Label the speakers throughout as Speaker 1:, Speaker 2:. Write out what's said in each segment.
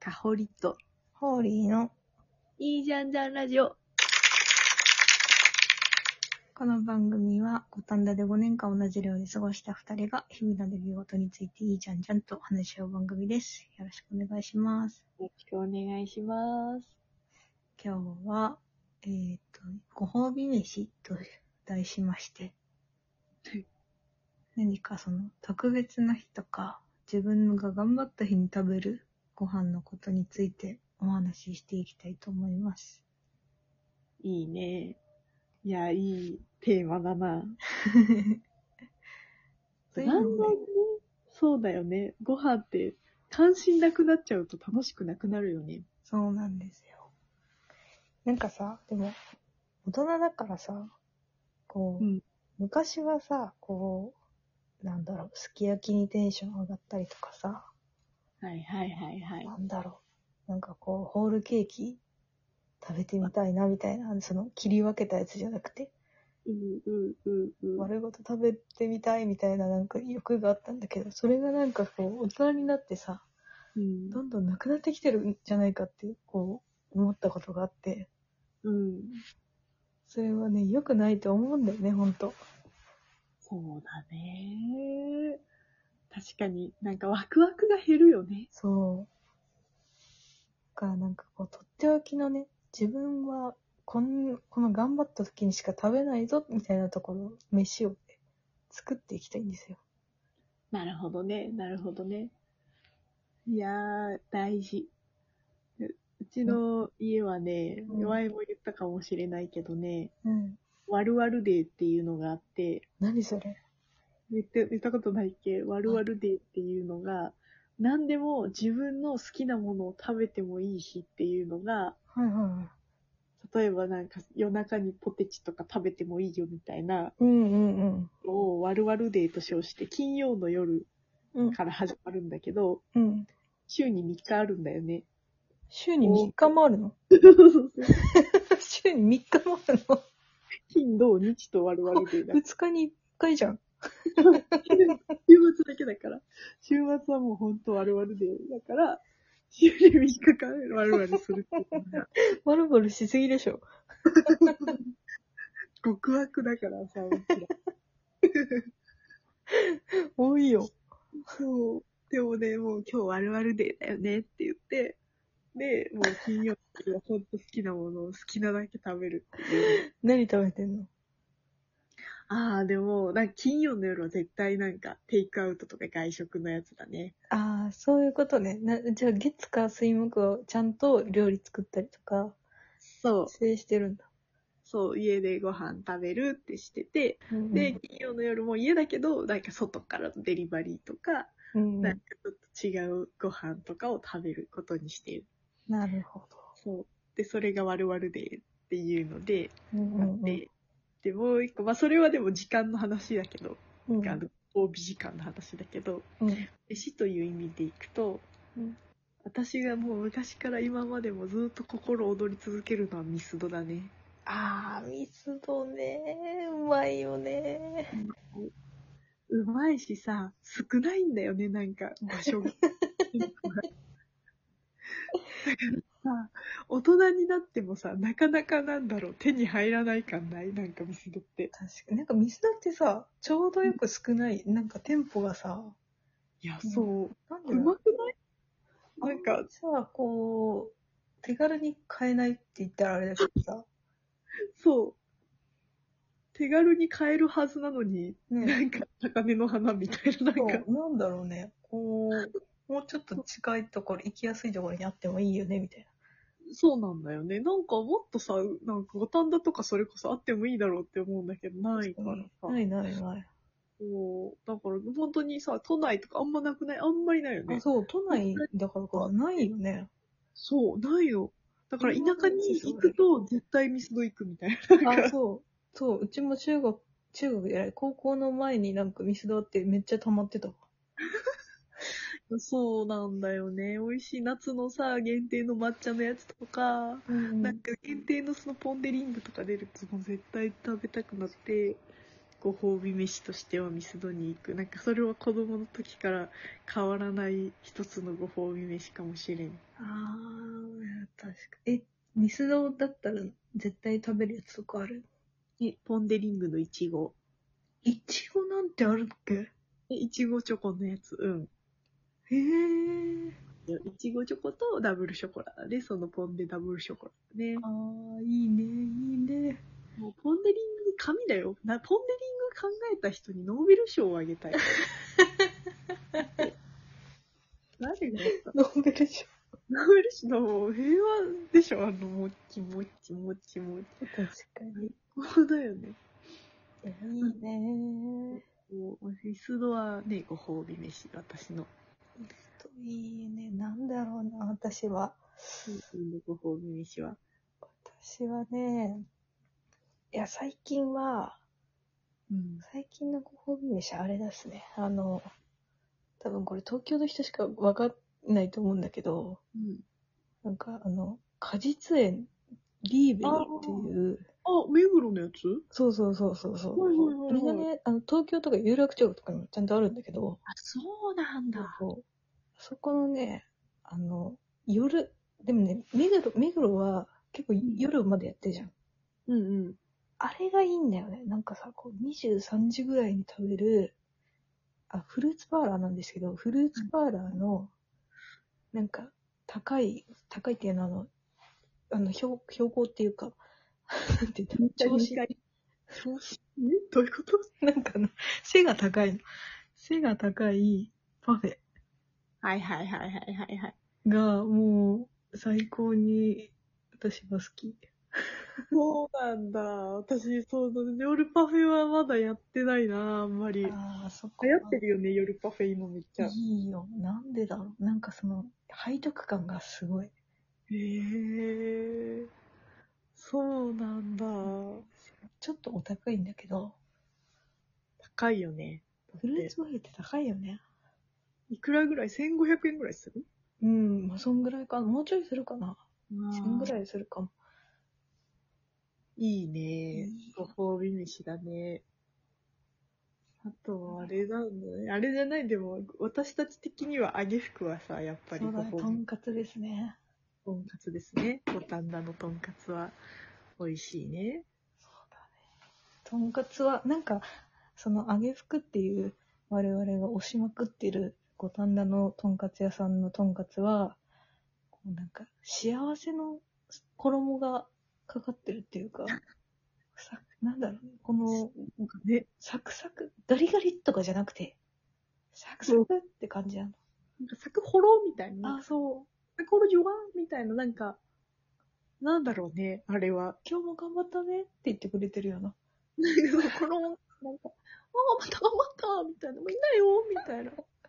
Speaker 1: かほりと、
Speaker 2: ホーリーの
Speaker 1: いいじゃんじゃんラジオ。
Speaker 2: この番組は五反田で5年間同じ寮で過ごした2人が日々の出来事についていいじゃんじゃんと話し合う番組です。よろしくお願いします。
Speaker 1: よろしくお願いします。
Speaker 2: 今日は、ご褒美飯と題しまして、何かその特別な日とか自分が頑張った日に食べるご飯のことについてお話ししていきたいと思います。
Speaker 1: いいね。いや、いいテーマだな。
Speaker 2: そうい
Speaker 1: だんだんね、
Speaker 2: うのね、
Speaker 1: そうだよね。ご飯って関心なくなっちゃうと楽しくなくなるよね。
Speaker 2: そうなんですよ。なんかさ、でも大人だからさ、こう、昔はさ、すき焼きにテンション上がったりとかさ、
Speaker 1: はいはいはいはい。
Speaker 2: ホールケーキ食べてみたいなみたいな、その切り分けたやつじゃなくて、丸ごと食べてみたいみたいな欲があったんだけど、それが大人になってさ、どんどんなくなってきてるんじゃないかって思ったことがあって、それはね、良くないと思うんだよね、ほんと。
Speaker 1: そうだね。確かにワクワクが減るよね。
Speaker 2: そう。とっておきのね、自分はこの頑張った時にしか食べないぞ、みたいなところ、飯をね、作っていきたいんですよ。
Speaker 1: なるほどね、なるほどね。いやー、大事。うちの家はね、前も言ったかもしれないけどね、
Speaker 2: うん。
Speaker 1: ワルワルデーっていうのがあって、
Speaker 2: 何それ？
Speaker 1: 言ったことないっけ？ワルワルデーっていうのが、何でも自分の好きなものを食べてもいい日っていうのが、
Speaker 2: はいは
Speaker 1: 例えば夜中にポテチとか食べてもいいよみたいな、
Speaker 2: い。うんうん
Speaker 1: をワルワルデーと称して金曜の夜
Speaker 2: うん。
Speaker 1: から始まるんだけど、
Speaker 2: うん。
Speaker 1: 週に3日あるんだよね。
Speaker 2: 週に3日もあるの？週に3日もあるの？
Speaker 1: 金、土、日とワルワルデーだ。
Speaker 2: 2日に1回じゃん。
Speaker 1: 週末だけだから。週末はもうほんとワルワルデーだから、週に3日間ワルワルするっていうのが、
Speaker 2: バルバルしすぎでしょ。
Speaker 1: 極悪だからさ、うちら。
Speaker 2: 多いよ。
Speaker 1: そう。でもね、もう今日ワルワルデーだよねって言って、で、もう金曜日はほんと好きなものを好きなだけ食べるっていう。
Speaker 2: 何食べてんの？
Speaker 1: ああ、でも、金曜の夜は絶対テイクアウトとか外食のやつだね。
Speaker 2: ああ、そういうことね。じゃあ月火水木はちゃんと料理作ったりとか、
Speaker 1: そう。
Speaker 2: 制してるんだ。
Speaker 1: そう、家でご飯食べるってしてて、で、金曜の夜も家だけど、外からのデリバリーとか、
Speaker 2: うんうん、
Speaker 1: ちょっと違うご飯とかを食べることにしてる。
Speaker 2: なるほど。
Speaker 1: そう。で、それがワルワルデーっていうので、
Speaker 2: うんうんうん。
Speaker 1: で、もう一個、それはでも時間の話だけど、
Speaker 2: うん、
Speaker 1: 交尾時間の話だけど、
Speaker 2: うん、
Speaker 1: 飯という意味でいくと、
Speaker 2: うん。
Speaker 1: 私がもう昔から今までもずっと心躍り続けるのはミスドだね。
Speaker 2: あー、ミスドね。うまいよね。
Speaker 1: うまいしさ、少ないんだよね、場所が。さ、大人になってもさ、なかなか手に入らない感ないミスドって。
Speaker 2: 確かに。ミスドってさ、ちょうどよく少ない。店舗がさ、
Speaker 1: いや、そう。う
Speaker 2: なんでだろう。
Speaker 1: まくない？
Speaker 2: あんまりさ、手軽に買えないって言ったらあれだけどさ、
Speaker 1: そう。手軽に買えるはずなのに、
Speaker 2: ね、
Speaker 1: 高めの花みたいな、
Speaker 2: そう、なんだろうね。もうちょっと近いところ、行きやすいところにあってもいいよね、みたい
Speaker 1: そうなんだよね。もっとさ、五反田とかそれこそあってもいいだろうって思うんだけど、
Speaker 2: な。
Speaker 1: ないからさ。
Speaker 2: ないないない。
Speaker 1: そう。だから本当にさ、都内とかあんまなくない？あんまりないよ
Speaker 2: あ、
Speaker 1: ね。
Speaker 2: そう、都内だからかな、ないよね。
Speaker 1: そう、ないよ。だから田舎に行くと絶対ミスド行くみたいな。
Speaker 2: あ、そう。そう、うちも中学や高校の前にミスドあってめっちゃ溜まってたわ。
Speaker 1: そうなんだよね。美味しい夏のさ、限定の抹茶のやつとか、
Speaker 2: うんうん。
Speaker 1: 限定のそのポンデリングとか出るともう絶対食べたくなって、 ご褒美飯としてはミスドに行く。なんかそれは子供の時から変わらない一つのご褒美飯かもしれん。
Speaker 2: あー、確か。ミスドだったら絶対食べるやつとかある？
Speaker 1: ポンデリングのいちご。
Speaker 2: いちごなんてあるっけ？
Speaker 1: いちごチョコのやつ。うん。
Speaker 2: へー。
Speaker 1: いちごチョコとダブルショコラで、そのポンデダブルショコラね。
Speaker 2: あー、いいね、いいね。
Speaker 1: もうポンデリング神だよ。ポンデリング考えた人にノーベル賞をあげたい。誰がやった
Speaker 2: ノーベル賞。
Speaker 1: ノーベル賞の平和でしょ、もちもちもちもち。
Speaker 2: 確かに。
Speaker 1: そうだよね。
Speaker 2: いいね。
Speaker 1: もうミスドはね、ご褒美飯、私の。
Speaker 2: いいね。なんだろうな、私は。
Speaker 1: ご褒美飯は。
Speaker 2: 私はね、いや、最近のご褒美飯あれですね。多分これ東京の人しかわかんないと思うんだけど、なんか果実園リーベリーっていう、
Speaker 1: 目黒のやつ？
Speaker 2: そうそうそうそうそう。
Speaker 1: はいはいはいはい
Speaker 2: あれがね、東京とか有楽町とかにもちゃんとあるんだけど、
Speaker 1: そうなんだ。
Speaker 2: そうそこのね、夜、でもね、目黒は結構夜までやってるじゃん。
Speaker 1: うんうん。
Speaker 2: あれがいいんだよね。なんかさ、こう23時ぐらいに食べる、フルーツパーラーなんですけど、フルーツパーラーの、なんか、高いっていうのは、標高っていうか、なんて言ったら、調子
Speaker 1: どういうこと？
Speaker 2: なんか背が高いの。背が高いパフェ
Speaker 1: はいはいはいはいはいはい。
Speaker 2: が、もう、最高に、私は好き。
Speaker 1: そうなんだ。私、夜パフェはまだやってないな、あんまり。
Speaker 2: そこ
Speaker 1: 流行ってるよね、夜パフェ今めっちゃ。
Speaker 2: いいよ。なんでだろう。なんか背徳感がすごい。
Speaker 1: へえ。そうなんだ。
Speaker 2: ちょっとお高いんだけど、
Speaker 1: 高いよね。
Speaker 2: フルーツパフェって高いよね。
Speaker 1: いくらぐらい？ 1500 円ぐらいする？
Speaker 2: うん、まあ、そんぐらいかな。もうちょいするかな。そんぐら
Speaker 1: い。
Speaker 2: いするかも。
Speaker 1: いいね。
Speaker 2: い
Speaker 1: ご褒美飯だね。あと、あれなんだね。あれじゃない、でも、私たち的には揚げ福はさ、やっぱり
Speaker 2: そうだね、
Speaker 1: ご褒美。
Speaker 2: とんかつですね。
Speaker 1: とんかつですね。五反田のとんかつは美味しいね。
Speaker 2: そうだね。とんかつは、なんか、その揚げ福っていう我々が推しまくってる五反田のとんかつ屋さんのとんかつは、こうなんか幸せの衣がかかってるっていうか、なんだろうね、この
Speaker 1: ね。
Speaker 2: サクサク、ガリガリとかじゃなくて、サクサクって感じなの。
Speaker 1: なんか、サクホロみたいな。
Speaker 2: そう。
Speaker 1: サクホロジュワーみたいな、なんか、なんだろうね、あれは。
Speaker 2: 今日も頑張ったねって言ってくれてるよな。
Speaker 1: なんか、なんか、また頑張ったみたいな。みんなよみたいな。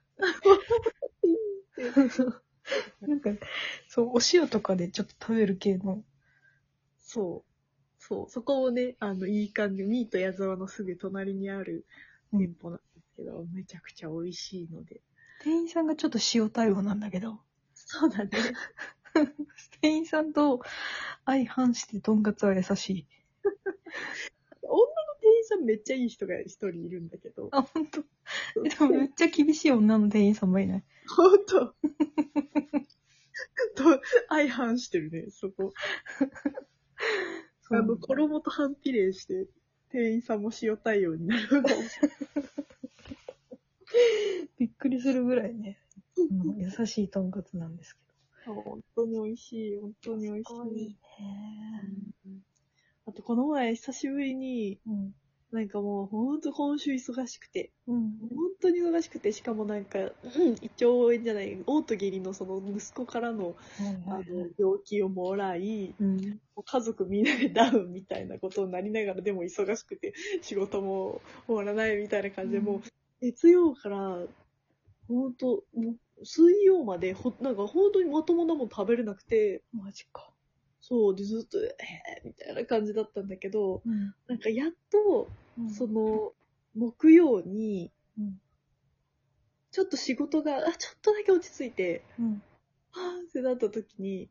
Speaker 2: なんか、そう、お塩とかでちょっと食べる系の。
Speaker 1: そう。そう。そこをね、いい感じ、ミート矢沢のすぐ隣にある店舗なんですけど、めちゃくちゃ美味しいので。
Speaker 2: 店員さんがちょっと塩対応なんだけど、
Speaker 1: そうだね。
Speaker 2: 店員さんと相反してとんかつは優しい。
Speaker 1: 女の店員さんめっちゃいい人が一人いるんだけど。
Speaker 2: ほんと。でもめっちゃ厳しい女の店員さんもいない。
Speaker 1: ほんと。と、相反してるね、そこ。衣と反比例して、店員さんも塩対応になるのかもしれない。
Speaker 2: びっくりするぐらいね、優しいとんかつなんですけ
Speaker 1: 本当に美味しい、本当に美味し
Speaker 2: ど。い
Speaker 1: い。
Speaker 2: いね。
Speaker 1: あと、この前、久しぶりに、なんかもう、ほんと今週忙しくて、本当に忙しくて、しかもなんか、胃腸炎じゃない、嘔吐義理のその息子からの、病気をもらい、家族みんなでダウンみたいなことになりながら、でも忙しくて、仕事も終わらないみたいな感じで、もう、月曜から、ほんと、水曜まで、なんか本当にまともなもん食べれなくて、
Speaker 2: マジか。
Speaker 1: そう、で、ずっと、みたいな感じだったんだけど、なんかやっと、木曜に、ちょっと仕事が、ちょっとだけ落ち着いて、はぁってなった時に、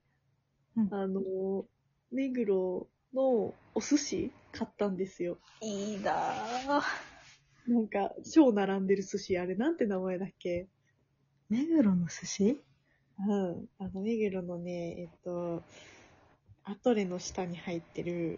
Speaker 1: 目黒のお寿司買ったんですよ。
Speaker 2: いいなぁ。
Speaker 1: なんか、超並んでる寿司、あれなんて名前だっけ？
Speaker 2: 目黒の寿司？
Speaker 1: うん。目黒のね、アトレの下に入ってる、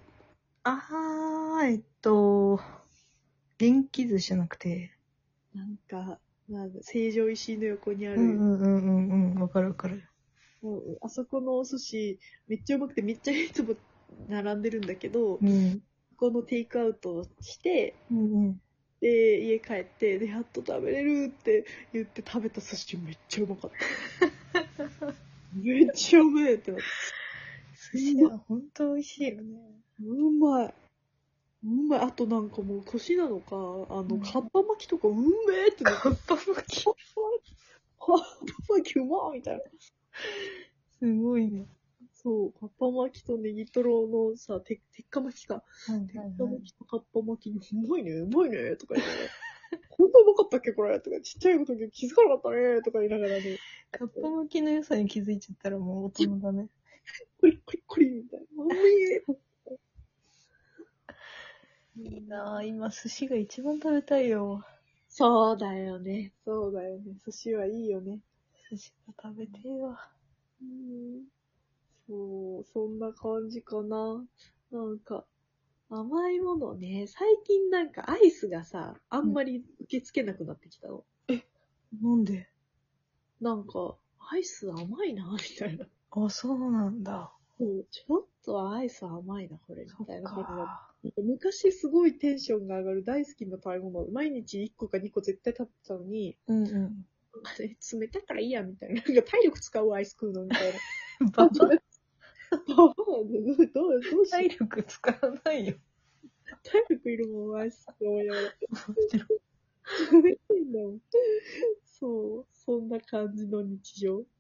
Speaker 2: 元気寿司じゃなくて。
Speaker 1: なんか、成城石井の横にある、
Speaker 2: うんうんうんうんうん。わかるわかる。
Speaker 1: もうあそこのお寿司、めっちゃうまくて、めっちゃいつも並んでるんだけど、
Speaker 2: うん。
Speaker 1: このテイクアウトして、
Speaker 2: うんうん。
Speaker 1: で、家帰って、で、やっと食べれるって言って食べた寿司めっちゃうまかった。めっちゃうめえってなった。
Speaker 2: 寿司はほんと美味しいよね。
Speaker 1: うまい。うまい。あとなんかもう年なのか、かっぱ巻きとかうめえってなって。
Speaker 2: かっぱ巻き。
Speaker 1: かっぱ巻きうまーみたいな。
Speaker 2: すごいね。
Speaker 1: そう、かっぱ巻きとネギトロのさ、鉄火巻きか。
Speaker 2: はい
Speaker 1: 鉄
Speaker 2: はいはい。
Speaker 1: 火巻きとかっぱ巻きに、うまいね、うまいね、とか言いながら。こんなうまかったっけこれとか、ちっちゃい時気づかなかったね、とか言いながらね。
Speaker 2: かっぱ巻きの良さに気づいちゃったらもう大人だね。
Speaker 1: コリコリコリみたいな。うめえ。
Speaker 2: いいなぁ。今寿司が一番食べたいよ。
Speaker 1: そうだよね。そうだよね。寿司はいいよね。
Speaker 2: 寿司が食べてえわ。
Speaker 1: うん。そう、そんな感じかな。なんか、甘いものね、最近なんかアイスがさ、あんまり受け付けなくなってきたの。
Speaker 2: なんで？
Speaker 1: なんか、アイス甘いな、みたいな。
Speaker 2: あ、そうなんだ。
Speaker 1: ちょっとアイス甘いな、これ、み
Speaker 2: そっ
Speaker 1: たいな感じだった。
Speaker 2: か。
Speaker 1: 昔すごいテンションが上がる大好きな食べ物、毎日1個か2個絶対食べてたのに、
Speaker 2: うんうん。
Speaker 1: あれ、冷たいからいいや、みたいな。なんか体力使うアイス食うの、みたいな。
Speaker 2: ババ
Speaker 1: どうしよ
Speaker 2: 体力使わないよ。
Speaker 1: う。体力いるもん、アイスって思いながら。
Speaker 2: もちろん。
Speaker 1: 冷たいんだもん。そう、そんな感じの日常。